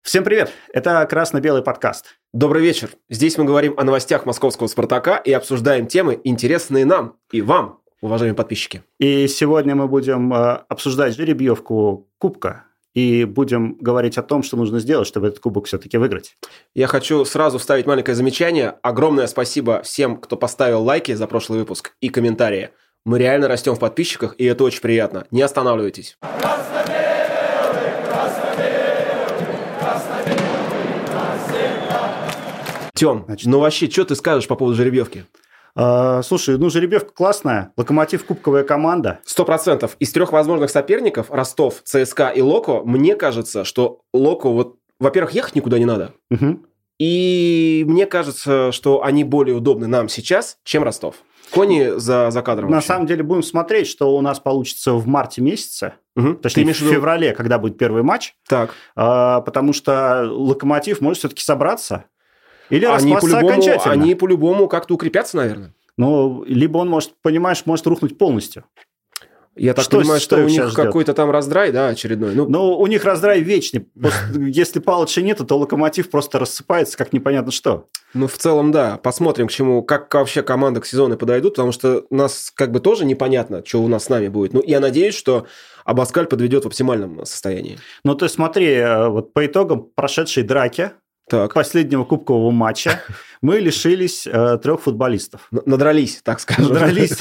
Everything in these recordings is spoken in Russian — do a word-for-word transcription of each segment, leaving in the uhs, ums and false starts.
Всем привет! Это «Красно-белый подкаст». Добрый вечер. Здесь мы говорим о новостях московского «Спартака» и обсуждаем темы, интересные нам и вам, уважаемые подписчики. И сегодня мы будем э, обсуждать жеребьевку Кубка и будем говорить о том, что нужно сделать, чтобы этот Кубок все-таки выиграть. Я хочу сразу вставить маленькое замечание. Огромное спасибо всем, кто поставил лайки за прошлый выпуск и комментарии. Мы реально растем в подписчиках, и это очень приятно. Не останавливайтесь. Тём, Значит, ну вообще, что ты скажешь по поводу жеребьевки? А, слушай, ну жеребьевка классная. Локомотив кубковая команда. Сто процентов. Из трех возможных соперников, Ростов, ЦСКА и Локо, мне кажется, что Локо, вот, во-первых, ехать никуда не надо. Угу. И мне кажется, что они более удобны нам сейчас, чем Ростов. Кони за, за кадром. На вообще. самом деле будем смотреть, что у нас получится в марте месяце. Угу. Точнее, в феврале, когда будет первый матч. Так. А, потому что Локомотив может все-таки собраться. Или они распасться окончательно. Они по-любому как-то укрепятся, наверное. Ну, либо он может, понимаешь, может рухнуть полностью. Я так что, понимаю, что, что у них какой-то там раздрай, да, очередной. Ну, ну у них раздрай вечный. Если Палыча нету, то Локомотив просто рассыпается, как непонятно что. Ну, в целом, да. Посмотрим, к чему, как вообще команды к сезону подойдут, потому что у нас как бы тоже непонятно, что у нас с нами будет. Ну, я надеюсь, что Абаскаль подведет в оптимальном состоянии. Ну, ты смотри, вот по итогам прошедшей драки, так. последнего кубкового матча, мы лишились э, трех футболистов. Надрались, так скажем. Надрались.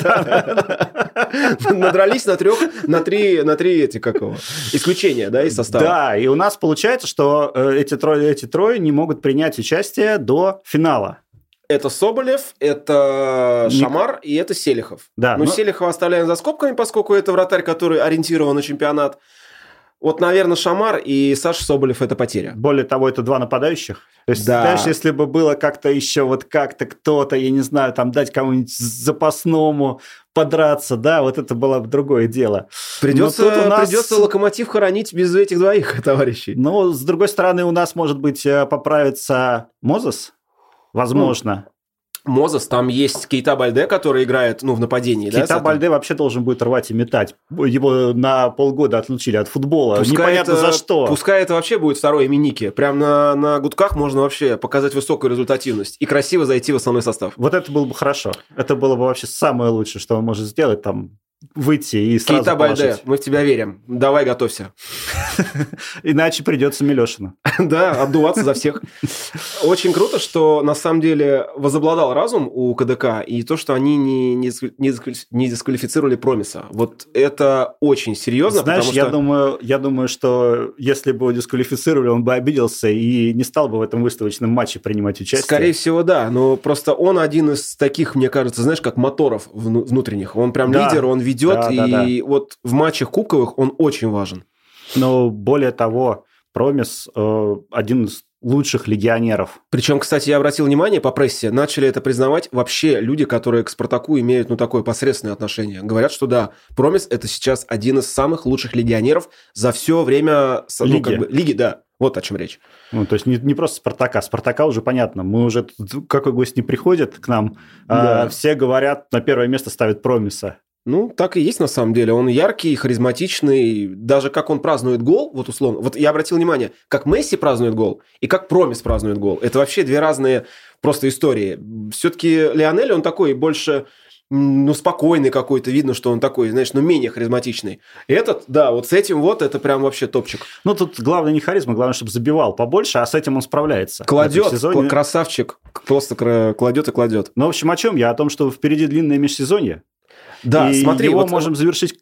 Надрались на трех, на три, на три эти какого? Исключения, да, из состава. Да, и у нас получается, что эти трое, эти трое не могут принять участие до финала. Это Соболев, это Шамар и это Селихов. Да, но, но Селихова оставляем за скобками, поскольку это вратарь, который ориентирован на чемпионат. Вот, наверное, Шамар и Саша Соболев – это потеря. Более того, это два нападающих. То есть, да. знаешь, если бы было как-то еще вот как-то кто-то, я не знаю, там дать кому-нибудь запасному подраться, да, вот это было бы другое дело. Придется, у нас... придется Локомотив хоронить без этих двоих товарищей. Но, с другой стороны, у нас, может быть, поправится Мозес, возможно. Ну. Мозес, там есть Кейта Бальде, который играет, ну, в нападении. Кейта да, Бальде вообще должен будет рвать и метать. Его на полгода отлучили от футбола. Пускай Непонятно это, за что. Пускай это вообще будет второй Миники. Прям на, на гудках можно вообще показать высокую результативность и красиво зайти в основной состав. Вот это было бы хорошо. Это было бы вообще самое лучшее, что он может сделать, там, выйти и сразу Кейта положить. Бальде, мы в тебя верим. Давай, готовься. Иначе придется Милешину. Да, отдуваться за всех. Очень круто, что на самом деле возобладал разум у КДК, и то, что они не, не, не дисквалифицировали Промиса. Вот это очень серьезно. Знаешь, потому я, что... думаю, я думаю, что если бы его дисквалифицировали, он бы обиделся и не стал бы в этом выставочном матче принимать участие. Скорее всего, да. Но просто он один из таких, мне кажется, знаешь, как моторов внутренних. Он прям да. лидер, он ведет, да, и да, да. вот в матчах кубковых он очень важен. Но более того, Промис э, один из лучших легионеров. Причем, кстати, я обратил внимание по прессе, начали это признавать вообще люди, которые к Спартаку имеют, ну, такое посредственное отношение. Говорят, что да, Промис – это сейчас один из самых лучших легионеров за все время... Ну, лиги. Как бы, лиги, да. Вот о чем речь. Ну, то есть не, не просто Спартака. Спартака уже понятно. Мы уже, какой гость не приходит к нам, да. а, все говорят, на первое место ставят Промиса. Ну, так и есть на самом деле. Он яркий, харизматичный. Даже как он празднует гол, вот условно. Вот я обратил внимание, как Месси празднует гол и как Промис празднует гол. Это вообще две разные просто истории. Все-таки Лионель, он такой больше, ну, спокойный какой-то. Видно, что он такой, знаешь, ну, менее харизматичный. Этот, да, вот с этим вот, это прям вообще топчик. Ну, тут главное не харизма, главное, чтобы забивал побольше, а с этим он справляется. Кладет, красавчик, просто кладет и кладет. Ну, в общем, о чем я? О том, что впереди длинное межсезонье. Да, и смотри, его вот можем завершить.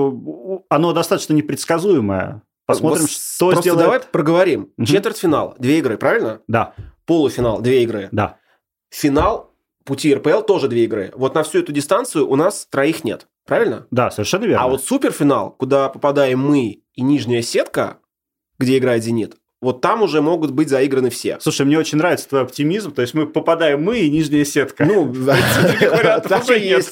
Оно достаточно непредсказуемое. Посмотрим, вот что просто сделает. Давай проговорим. Угу. Четвертьфинал, две игры, правильно? Да. Полуфинал, две игры. Да. Финал пути эр пэ эл тоже две игры. Вот на всю эту дистанцию у нас троих нет, правильно? Да, совершенно верно. А вот суперфинал, куда попадаем мы и нижняя сетка, где играет «Зенит», вот там уже могут быть заиграны все. Слушай, мне очень нравится твой оптимизм. То есть мы попадаем мы и нижняя сетка. Ну, так и есть.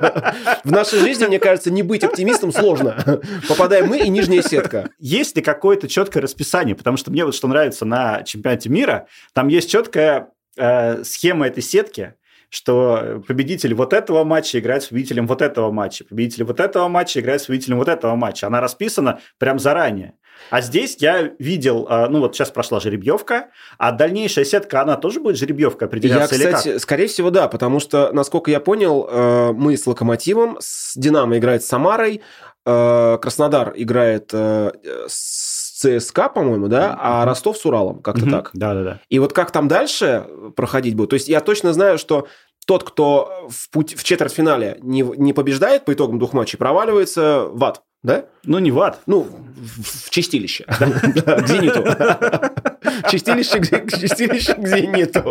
В нашей жизни, мне кажется, не быть оптимистом сложно. Попадаем мы и нижняя сетка. Есть ли какое-то четкое расписание? Потому что мне вот что нравится на чемпионате мира, там есть четкая э, схема этой сетки, что победитель вот этого матча играет с победителем вот этого матча, победитель вот этого матча играет с победителем вот этого матча. Она расписана прям заранее. А здесь я видел, ну вот сейчас прошла жеребьевка, а дальнейшая сетка, она тоже будет жеребьевка определяться я, или кстати, как? Скорее всего, да, потому что, насколько я понял, мы с «Локомотивом», с «Динамо» играет с «Самарой», Краснодар играет с ЦСКА, по-моему, да, mm-hmm. а Ростов с Уралом, как-то mm-hmm. так. Да-да-да. И вот как там дальше проходить будет? То есть я точно знаю, что тот, кто в, путь, в четвертьфинале не, не побеждает по итогам двух матчей, проваливается в ад, да? Ну, не в ад. Ну, в, в чистилище. К «Зениту». Чистилище к «Зениту».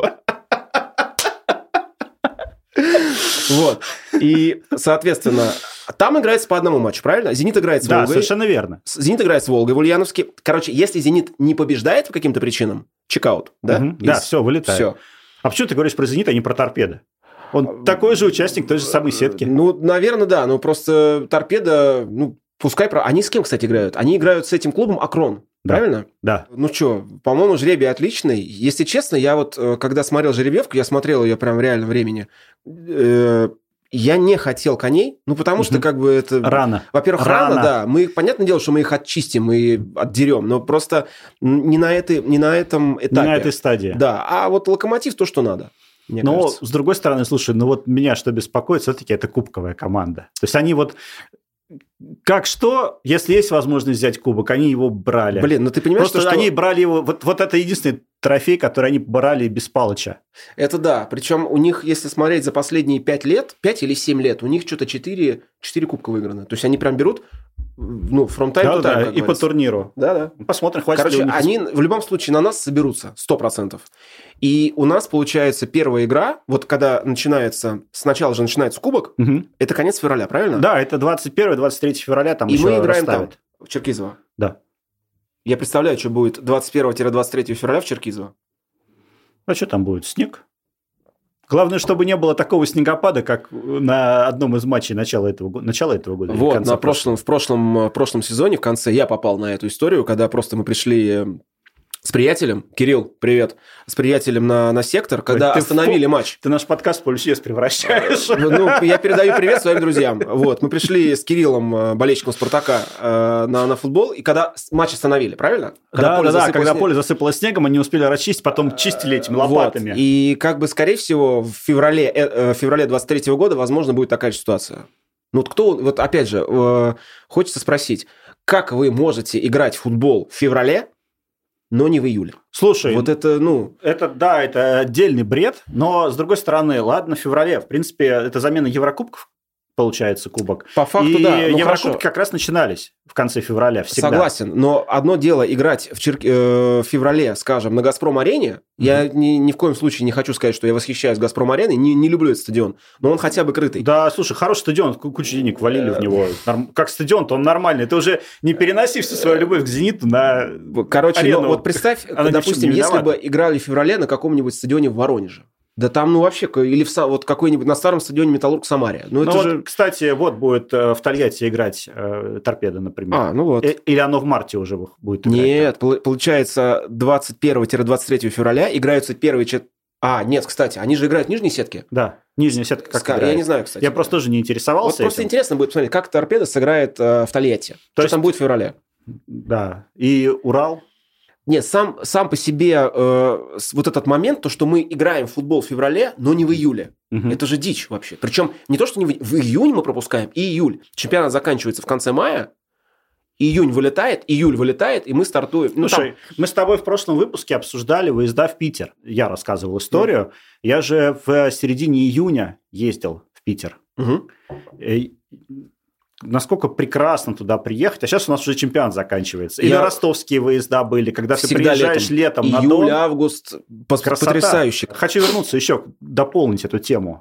Вот. И, соответственно, там играется по одному матчу, правильно? «Зенит» играет с «Волгой». Да, совершенно верно. «Зенит» играет с «Волгой» в Ульяновске. Короче, если «Зенит» не побеждает по каким-то причинам, чекаут, да? Угу. Да, все, вылетает. Все. А почему ты говоришь про «Зенит», а не про «Торпедо»? Он такой же участник той же самой сетки. Ну, наверное, да. Но просто «Торпедо», ну, пускай... Про... Они с кем, кстати, играют? Они играют с этим клубом «Акрон». Да. Правильно? Да. Ну что, по-моему, жребий отличный. Если честно, я вот, когда смотрел жеребьевку, я смотрел ее прям в реальном времени, э- я не хотел коней, ну, потому что, как бы, это... Рано. Во-первых, рано, рано, да. Мы, понятное дело, что мы их очистим и отдерем, но просто не на, этой, не на этом этапе. Не на этой стадии. Да, а вот «Локомотив» то, что надо. Но, кажется. С другой стороны, слушай, ну вот меня что беспокоит, все-таки это кубковая команда. То есть они вот... Как что, если есть возможность взять кубок, они его брали. Блин, ну ты понимаешь, Просто что... они брали его... Вот, вот это единственный трофей, который они брали без Палыча. Это да. Причем у них, если смотреть за последние пять лет, пять или семь лет, у них что-то четыре, четыре кубка выиграно. То есть они прям берут, ну, from time да, to time, да, и говорится. по турниру. Да-да. Посмотрим, хватит Короче, ли у них... они в любом случае на нас соберутся, сто процентов. И у нас, получается, первая игра, вот когда начинается, сначала же начинается кубок, угу. Это конец февраля, правильно? Да, это двадцать первое - двадцать третье февраля, там и еще мы играем расставят. Там, в Черкизово. Да. Я представляю, что будет двадцать первое - двадцать третье февраля в Черкизово. А что там будет? Снег? Главное, чтобы не было такого снегопада, как на одном из матчей начала этого года. Начала этого года вот, на прошлом, в прошлом, прошлом сезоне, в конце, я попал на эту историю, когда просто мы пришли с приятелем, Кирилл, привет, с приятелем на, на сектор, когда ты остановили в... матч. Ты наш подкаст в полусъезд превращаешь. Ну, я передаю привет своим друзьям. Вот, мы пришли с Кириллом, болельщиком «Спартака», на, на футбол, и когда матч остановили, правильно? Когда да, да, да, когда снег... поле засыпало снегом, они успели расчистить, потом чистили этими лопатами. Вот. И как бы, скорее всего, в феврале, э, в феврале двадцать третьего года, возможно, будет такая же ситуация. Ну, вот кто, вот опять же, э, хочется спросить, как вы можете играть в футбол в феврале, но не в июле? Слушай, вот это, ну... Это, да, это отдельный бред, но, с другой стороны, ладно, в феврале, в принципе, это замена Еврокубков, получается, кубок. По факту, и да. Ну, Еврокубки хорошо. Как раз начинались в конце февраля всегда. Согласен, но одно дело играть в, Чер... э, в феврале, скажем, на «Газпром-арене». Mm-hmm. Я ни, ни в коем случае не хочу сказать, что я восхищаюсь «Газпром-ареной», не, не люблю этот стадион, но он хотя бы крытый. Да, слушай, хороший стадион, кучу денег валили в него. Как стадион-то он нормальный. Ты уже не переноси всю свою любовь к «Зениту» на Короче, арену. Ну, вот представь, допустим, если бы играли в феврале на каком-нибудь стадионе в Воронеже. Да там, ну, вообще, или в, вот какой-нибудь на старом стадионе «Металлург» Самария. Ну, это ну же... вот, кстати, вот будет в Тольятти играть э, «Торпедо», например. А, ну вот. Или оно в марте уже будет играть? Нет, там? Получается, двадцать первое - двадцать третье февраля играются первые... Чет... А, нет, кстати, они же играют в нижней сетке. Да, нижняя сетка как Ска... играет. Я не знаю, кстати. Я просто тоже не интересовался Вот этим. просто интересно будет посмотреть, как «Торпедо» сыграет э, в Тольятти. То Что есть... там будет в феврале? Да, и «Урал». Нет, сам, сам по себе э, вот этот момент, то, что мы играем в футбол в феврале, но не в июле. Угу. Это же дичь вообще. Причем не то, что не в, в июне мы пропускаем, и июль. Чемпионат заканчивается в конце мая, июнь вылетает, июль вылетает, и мы стартуем. Ну, Слушай, там... мы с тобой в прошлом выпуске обсуждали выезда в Питер. Я рассказывал историю. Mm. Я же в середине июня ездил в Питер. Угу. И... Насколько прекрасно туда приехать. А сейчас у нас уже чемпионат заканчивается. Или Я... ростовские выезда были, когда ты Всегда приезжаешь летом, летом Июль, на Дон. август. Красота. Потрясающе. Хочу вернуться еще, дополнить эту тему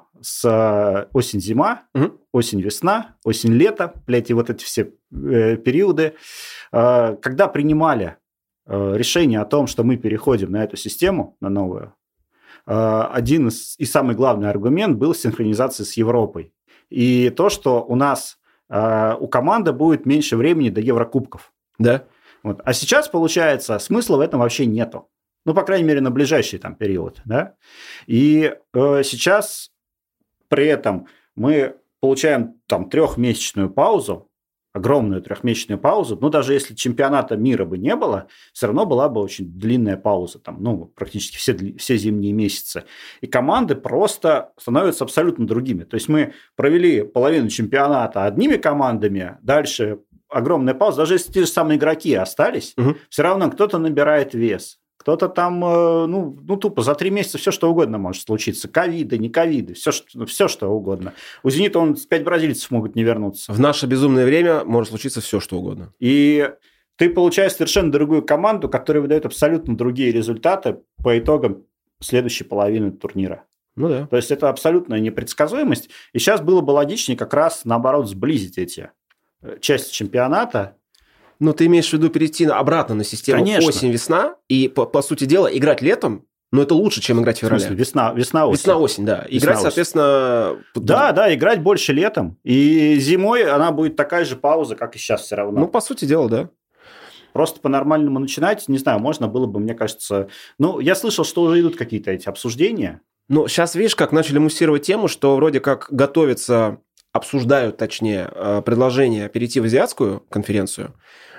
с осень-зима, угу. осень-весна, осень-лето, блядь, и вот эти все э, периоды. Э, когда принимали э, решение о том, что мы переходим на эту систему, на новую, э, один из, и самый главный аргумент был синхронизация с Европой. И то, что у нас у команды будет меньше времени до Еврокубков. Да. Вот. А сейчас, получается, смысла в этом вообще нету. Ну, по крайней мере, на ближайший там период. Да? И э, сейчас при этом мы получаем там трехмесячную паузу огромную трехмесячную паузу, ну, даже если чемпионата мира бы не было, все равно была бы очень длинная пауза, там, ну, практически все, все зимние месяцы. И команды просто становятся абсолютно другими. То есть мы провели половину чемпионата одними командами, дальше огромная пауза, даже если те же самые игроки остались, угу. все равно кто-то набирает вес. Кто-то там, ну, ну, тупо за три месяца все, что угодно может случиться. Ковиды, не ковиды, все, что, все, что угодно. У «Зенита» он пять бразильцев могут не вернуться. В наше безумное время может случиться все, что угодно. И ты получаешь совершенно другую команду, которая выдает абсолютно другие результаты по итогам следующей половины турнира. Ну да. То есть это абсолютная непредсказуемость. И сейчас было бы логичнее как раз, наоборот, сблизить эти части чемпионата. Но ты имеешь в виду перейти обратно на систему осень-весна и, по, по сути дела, играть летом, но это лучше, чем играть в феврале. В смысле, весна, весна-осень. Весна-осень, да. Весна, играть, осень. Соответственно... Да, да, играть больше летом. И зимой она будет такая же пауза, как и сейчас все равно. Ну, по сути дела, да. Просто по-нормальному начинать, не знаю, можно было бы, мне кажется... Ну, я слышал, что уже идут какие-то эти обсуждения. Ну, сейчас, видишь, как начали муссировать тему, что вроде как готовится, обсуждают, точнее, предложение перейти в азиатскую конференцию.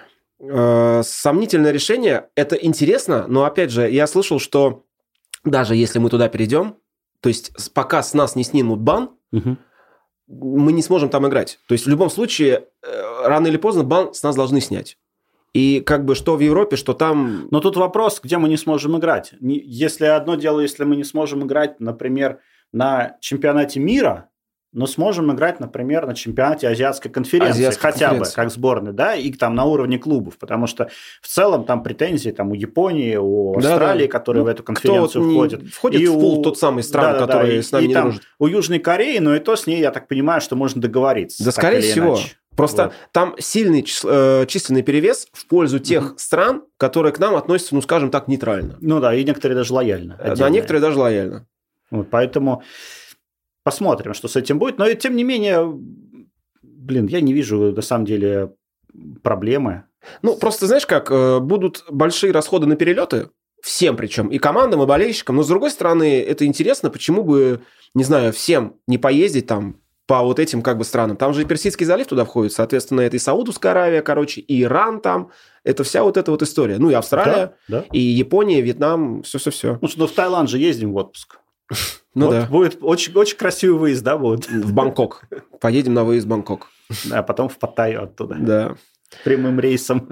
Сомнительное решение, это интересно, но, опять же, я слышал, что даже если мы туда перейдем, то есть пока с нас не снимут бан, угу. мы не сможем там играть. То есть в любом случае, рано или поздно бан с нас должны снять. И как бы что в Европе, что там... Но тут вопрос, где мы не сможем играть. Если одно дело, если мы не сможем играть, например, на чемпионате мира, но сможем играть, например, на чемпионате Азиатской конференции, Азиатской хотя конференции. бы как сборной, да, и там на уровне клубов, потому что в целом там претензии там у Японии, у Австралии, да, да. которые ну, в эту конференцию кто входят. Входит и в пул у... тот самый стран, да, да, которые да, с нами и, не и дружат. У Южной Кореи, но и то с ней, я так понимаю, что можно договориться. Да, скорее всего. Иначе. Просто вот. Там сильный э, численный перевес в пользу тех mm-hmm. стран, которые к нам относятся, ну, скажем так, нейтрально. Ну да, и некоторые даже лояльно. Отдельные. Да, некоторые даже лояльно. Вот, поэтому... Посмотрим, что с этим будет. Но, тем не менее, блин, я не вижу, на самом деле, проблемы. Ну, просто, знаешь как, будут большие расходы на перелеты, всем причем, и командам, и болельщикам. Но, с другой стороны, это интересно, почему бы, не знаю, всем не поездить там по вот этим как бы странам. Там же и Персидский залив туда входит, соответственно, это и Саудовская Аравия, короче, и Иран там. Это вся вот эта вот история. Ну, и Австралия, да, да. и Япония, Вьетнам, все-все-все. Ну, что в Таиланд же ездим в отпуск. Ну вот да. Будет очень, очень красивый выезд, да, будет? В Бангкок. Поедем на выезд в Бангкок. А потом в Паттайю оттуда. Да. Прямым рейсом.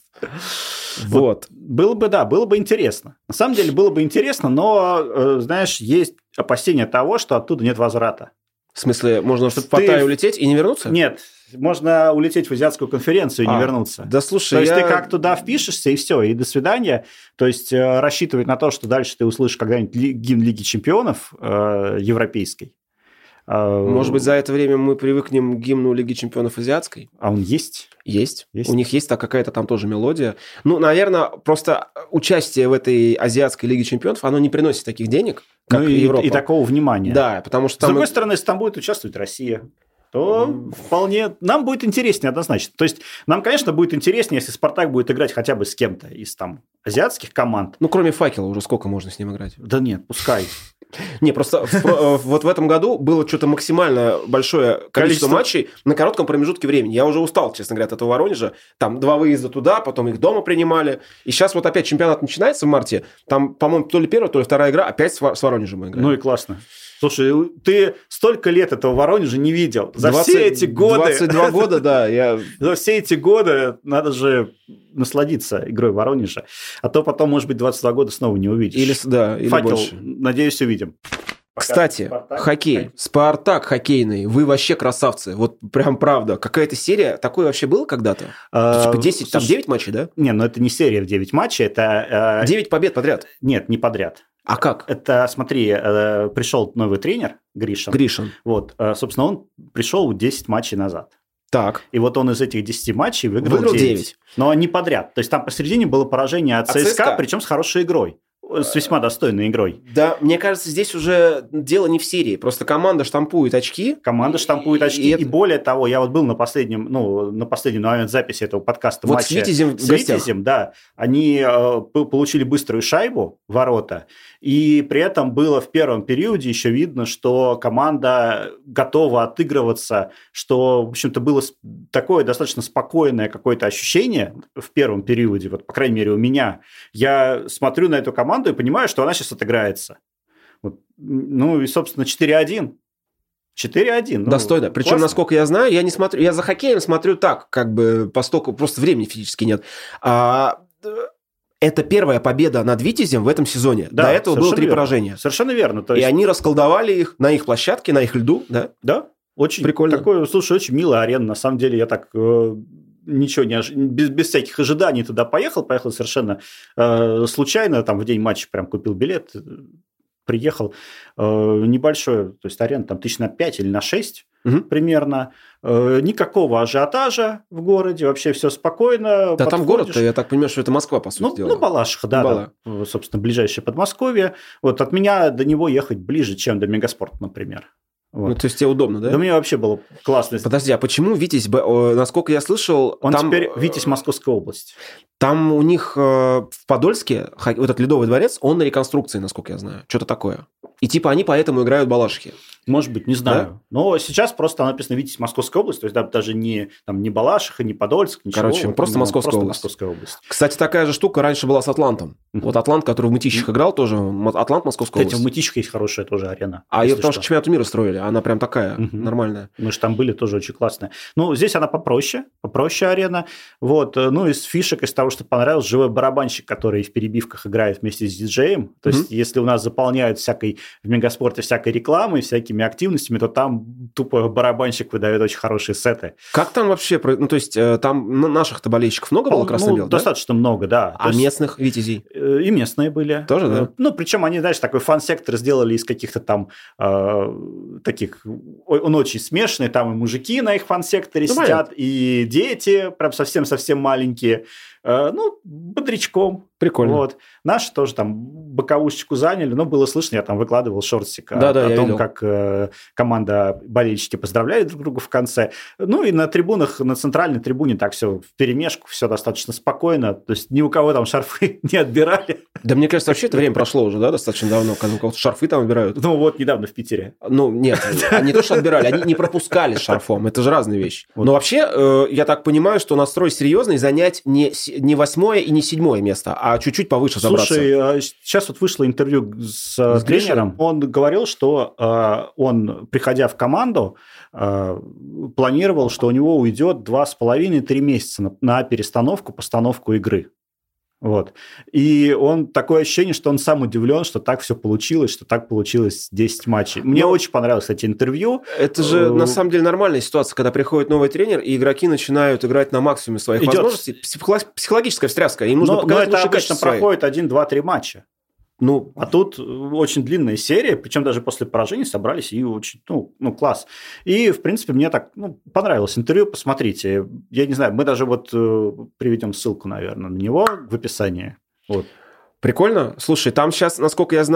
Вот. Было бы, да, было бы интересно. На самом деле, было бы интересно, но, знаешь, есть опасения того, что оттуда нет возврата. В смысле, можно в Паттайю улететь и не вернуться? Нет. Можно улететь в Азиатскую конференцию и а, не вернуться. Да слушай, То есть я... ты как туда впишешься, и все, и до свидания. То есть э, рассчитывать на то, что дальше ты услышишь когда-нибудь ли, гимн Лиги Чемпионов э, европейской. Э, Может быть, за это время мы привыкнем к гимну Лиги Чемпионов азиатской? А он есть? Есть. есть. У них есть так, какая-то там тоже мелодия. Ну, наверное, просто участие в этой Азиатской Лиге Чемпионов, оно не приносит таких денег, как ну, и, Европа. И такого внимания. Да, потому что... С там... другой стороны, если там будет участвовать Россия, то вполне нам будет интереснее однозначно. То есть нам, конечно, будет интереснее, если Спартак будет играть хотя бы с кем-то из там азиатских команд. Ну, кроме Факела, уже сколько можно с ним играть? Да нет, пускай. Не, просто вот в этом году было что-то максимально большое количество матчей на коротком промежутке времени. Я уже устал, честно говоря, от этого Воронежа. Там два выезда туда, потом их дома принимали. И сейчас вот опять чемпионат начинается в марте. Там, по-моему, то ли первая, то ли вторая игра. Опять с Воронежем мы играем. Ну и классно. Слушай, ты столько лет этого Воронежа не видел. За двадцать, все эти годы... двадцать два года, да. Я... За все эти годы надо же насладиться игрой Воронежа. А то потом, может быть, двадцать два года снова не увидишь. Или, да, или Факел, больше. Надеюсь, увидим. Кстати, Спартак, хоккей. Спартак хоккейный. Вы вообще красавцы. Вот прям правда. Какая-то серия. Такое вообще было когда-то? А, типа десять, слушай, там девять матчей, да? Не, ну это не серия в девять матчей. Это... девять побед подряд? Нет, не подряд. А как? Это, смотри, пришел новый тренер, Гришин. Гришин. Вот, собственно, он пришел десять матчей назад. Так. И вот он из этих десяти матчей выиграл, выиграл девять. девять. Но не подряд. То есть там посередине было поражение от ЦСКА, ЦСКА, причем с хорошей игрой. с весьма достойной игрой. Да, мне кажется, здесь уже дело не в серии. Просто команда штампует очки. Команда штампует очки. И, и это... более того, я вот был на последнем, ну, на последний момент записи этого подкаста вот матча с Витязем, с Витязем, да. Они э, получили быструю шайбу в ворота. И при этом было в первом периоде еще видно, что команда готова отыгрываться, что, в общем-то, было такое достаточно спокойное какое-то ощущение в первом периоде, вот, по крайней мере, у меня. Я смотрю на эту команду и понимаю, что она сейчас отыграется. Вот. Ну и, собственно, четыре один. четыре один. Ну, достойно. Причем, классно. Насколько я знаю, я не смотрю, я за хоккеем смотрю так, как бы постоку, просто времени физически нет. А... Это первая победа над Витязем в этом сезоне. Да, до этого было три верно. поражения. Совершенно верно. То есть... И они расколдовали их на их площадке, на их льду. Да, да. Очень прикольно. Такое, слушай, очень милая арена. На самом деле, я так э, ничего не ож... без, без всяких ожиданий туда поехал. Поехал совершенно э, случайно. Там в день матча прям купил билет. Приехал. Э, небольшое, то есть арена там тысяч на пять или на шесть угу. примерно. Э, никакого ажиотажа в городе. Вообще все спокойно. Да, там город-то, я так понимаю, что это Москва, по сути ну, дела. Ну, Балашиха, да. Бала. Там, собственно, ближайшее Подмосковье. Вот от меня до него ехать ближе, чем до Мегаспорта, например. Вот. Ну, то есть тебе удобно, да? Да мне вообще было классно. Подожди, а почему Витязь, насколько я слышал... Он там... теперь Витязь Московская область. Там у них в Подольске, вот этот Ледовый дворец, он на реконструкции, насколько я знаю. Что-то такое. И типа они поэтому играют в Балашихе. Может быть, не знаю. Да? Но сейчас просто написано «Витязь Московская область», то есть да, даже не, там, не Балашиха, не Подольск, ничего. Короче, просто, Московская, просто область. Московская область. Кстати, такая же штука раньше была с Атлантом. Uh-huh. Вот Атлант, который в Мытищах uh-huh. играл, тоже Атлант Московская область. Кстати, в Мытищах есть хорошая тоже арена. А ее потому что чемпионат мира строили, она прям такая, uh-huh. нормальная. Мы же там были, тоже очень классная. Ну, здесь она попроще, попроще арена. Вот. Ну, из фишек, из того, что понравилось, живой барабанщик, который в перебивках играет вместе с диджеем. То есть, uh-huh. если у нас заполняют всякой в Мегаспорте всякой рекламой, всякими активностями, то там тупо барабанщик выдает очень хорошие сеты. Как там вообще, ну, то есть, там наших-то болельщиков много было красно-белых, ну, достаточно да? много, да. А есть, местных Витязей? И местные были. Тоже, да? Ну, причем они, знаешь, такой фан-сектор сделали из каких-то там э, таких... Он очень смешанный, там и мужики на их фан-секторе ну, сидят, понятно. И дети, прям совсем-совсем маленькие. Э, ну, бодрячком. Прикольно. Вот. Наши тоже там боковушечку заняли, но было слышно, я там выкладывал шортик да, о, да, о том, видел. как э, команда болельщики поздравляют друг друга в конце. Ну и на трибунах, на центральной трибуне так все вперемешку, все достаточно спокойно, то есть ни у кого там шарфы не отбирали. Да мне кажется, вообще это время прошло уже, да, достаточно давно, когда у кого-то шарфы там отбирают. Ну вот недавно в Питере. Ну нет, они не то, что отбирали, они не пропускали с шарфом, это же разные вещи. Но вообще, я так понимаю, что настрой серьезный занять не восьмое и не седьмое место, а чуть-чуть повыше забраться. Слушай, сейчас вот вышло интервью с, с тренером. Он говорил, что э, он, приходя в команду, э, планировал, что у него уйдет два с половиной-три месяца на, на перестановку, постановку игры. Вот. И он такое ощущение, что он сам удивлен, что так все получилось, что так получилось десять матчей. Мне Но очень понравилось, кстати, интервью. Это же на самом деле нормальная ситуация, когда приходит новый тренер, и игроки начинают играть на максимуме своих Идет. возможностей. Психологическая встряска. Им нужно но, показать но это обычно проходит один, два, три матча. Ну, а тут очень длинная серия, причем даже после поражения собрались и очень, ну, ну, класс. И, в принципе, мне так ну, понравилось интервью, посмотрите. Я не знаю, мы даже вот э, приведем ссылку, наверное, на него в описании. Вот. Прикольно. Слушай, там сейчас, насколько я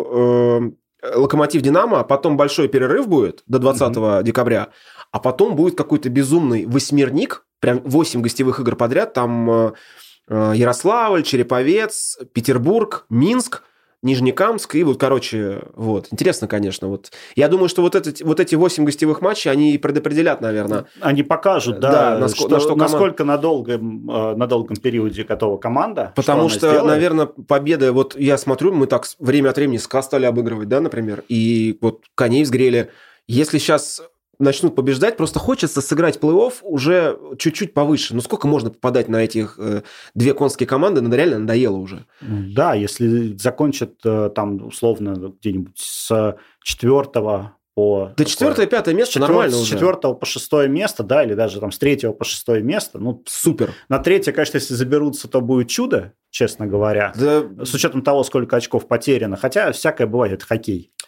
знаю, э, Локомотив Динамо, потом большой перерыв будет до двадцатого mm-hmm. декабря, а потом будет какой-то безумный восьмерник, прям восемь гостевых игр подряд, там э, Ярославль, Череповец, Петербург, Минск, Нижнекамск, и вот, короче, вот. Интересно, конечно. Вот. Я думаю, что вот, этот, вот эти восемь гостевых матчей, они предопределят, наверное. Они покажут, да, да насколько, что, на что насколько команд... на, долгом, на долгом периоде готова команда. Потому что, что наверное, победа, вот я смотрю, мы так время от времени СКА стали обыгрывать, да, например, и вот коней взгрели. Если сейчас начнут побеждать, просто хочется сыграть плей-офф уже чуть-чуть повыше. Ну, сколько можно попадать на этих э, две конские команды? Ну, реально надоело уже. Да, если закончат там, условно, где-нибудь с четвертого по... Да четвертое, пятое место нормально уже. С четвертого по шестое место, да, или даже там с третьего по шестое место. Ну, супер. На третье, конечно, если заберутся, то будет чудо, честно говоря. Да. С учетом того, сколько очков потеряно. Хотя всякое бывает, это хоккей.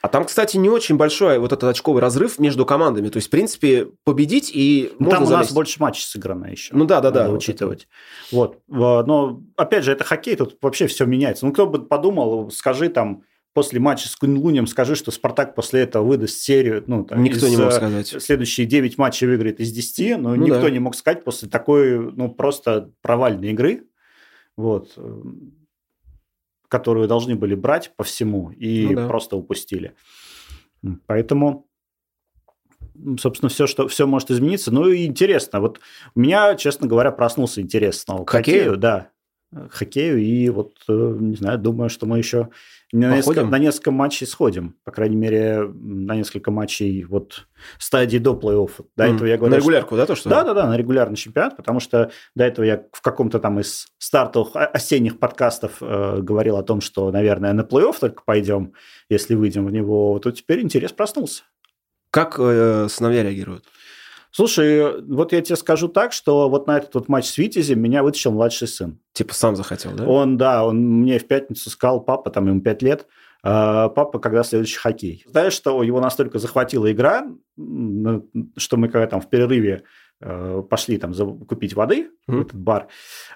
А там, кстати, не очень большой вот этот очковый разрыв между командами. То есть, в принципе, победить и ну, можно там у залезть. нас больше матчей сыграно еще. Ну да, да, надо да. учитывать. Вот. Но, опять же, это хоккей, тут вообще все меняется. Ну, кто бы подумал, скажи там, после матча с Куньлунем скажи, что «Спартак» после этого выдаст серию. Ну, там, никто из, не мог сказать. Следующие девять матчей выиграет из десяти, но ну, никто да. не мог сказать после такой, ну, просто провальной игры, вот, которую должны были брать по всему и ну, да. просто упустили. Поэтому, собственно, все, что, все может измениться. Ну, и интересно. Вот у меня, честно говоря, проснулся интерес снова к хоккею. хоккею да. хоккею, и вот, не знаю, думаю, что мы еще на несколько, на несколько матчей сходим, по крайней мере, на несколько матчей вот стадии до плей-оффа. До mm. этого я говорю, на регулярку, что... да, то, что? Да-да-да, на регулярный чемпионат, потому что до этого я в каком-то там из стартовых осенних подкастов э, говорил о том, что, наверное, на плей-офф только пойдем, если выйдем в него, то теперь интерес проснулся. Как э, сыновья реагируют? Слушай, вот я тебе скажу так, что вот на этот вот матч с Витязем меня вытащил младший сын. Типа сам захотел, да? Он, да, он мне в пятницу сказал, папа, там ему пять лет, папа, когда следующий хоккей? Знаешь, что его настолько захватила игра, что мы когда там в перерыве пошли там купить воды mm-hmm. в этот бар,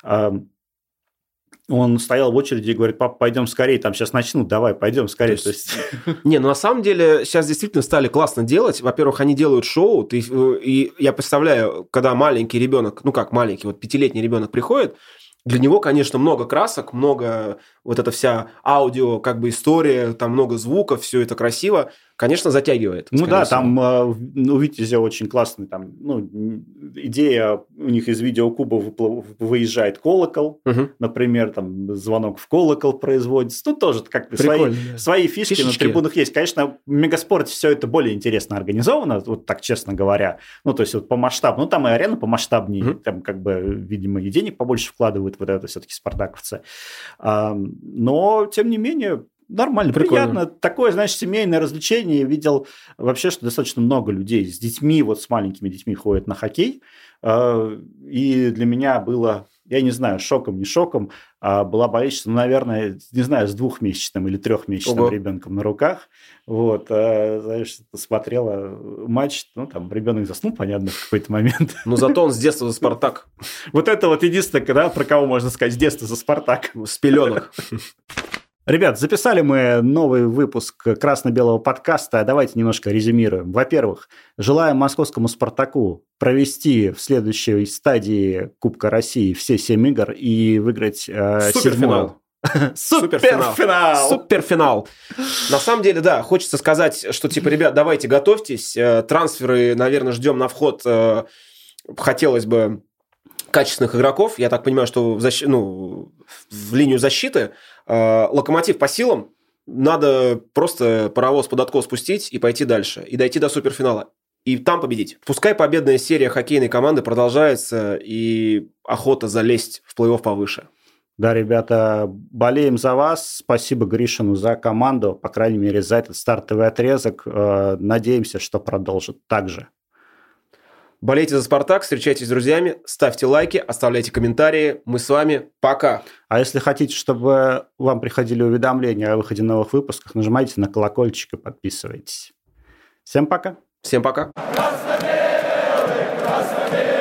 он стоял в очереди и говорит, папа, пойдем скорее, там сейчас начнут, давай, пойдем скорее. То есть... Не, ну на самом деле сейчас действительно стали классно делать. Во-первых, они делают шоу, ты, и я представляю, когда маленький ребенок, ну как маленький, вот пятилетний ребенок приходит, для него, конечно, много красок, много вот эта вся аудио, как бы история, там много звуков, все это красиво, конечно, затягивает. Ну да, всего. Там у Витязя очень классная там, ну, идея, у них из видеокуба выезжает колокол, угу. например, там звонок в колокол производится, ну тоже как бы свои, да. свои фишки Фишечки. На трибунах есть. Конечно, в мегаспорте все это более интересно организовано, вот так честно говоря, ну то есть вот по масштабу, ну там и арена помасштабнее, угу. там как бы, видимо, и денег побольше вкладывают вот это все-таки спартаковцы, но тем не менее нормально, прикольно. Приятно. Такое, знаешь, семейное развлечение. Видел вообще, что достаточно много людей с детьми, вот с маленькими детьми ходят на хоккей. И для меня было, я не знаю, шоком, не шоком, а была болельщица, ну, наверное, не знаю, с двухмесячным или трехмесячным Ого. Ребенком на руках. Вот, знаешь, смотрела матч, ну, там, ребенок заснул, понятно, в какой-то момент. Но зато он с детства за «Спартак». Вот это вот единственное, да, про кого можно сказать, с детства за «Спартак». С пеленок. Ребят, записали мы новый выпуск красно-белого подкаста. Давайте немножко резюмируем. Во-первых, желаем московскому «Спартаку» провести в следующей стадии Кубка России все семь игр и выиграть э, суперфинал. Суперфинал! Суперфинал! На самом деле, да, хочется сказать, что, типа, ребят, давайте готовьтесь. Трансферы, наверное, ждем на вход. Хотелось бы качественных игроков. Я так понимаю, что в, защ... ну, в линию защиты Локомотив по силам, надо просто паровоз под откос спустить и пойти дальше, и дойти до суперфинала, и там победить. Пускай победная серия хоккейной команды продолжается, и охота залезть в плей-офф повыше. Да, ребята, болеем за вас. Спасибо Гришину за команду, по крайней мере, за этот стартовый отрезок. Надеемся, что продолжит так же. Болейте за «Спартак», встречайтесь с друзьями, ставьте лайки, оставляйте комментарии. Мы с вами. Пока. А если хотите, чтобы вам приходили уведомления о выходе новых выпусков, нажимайте на колокольчик и подписывайтесь. Всем пока. Всем пока. Красно-белый, красно-белый.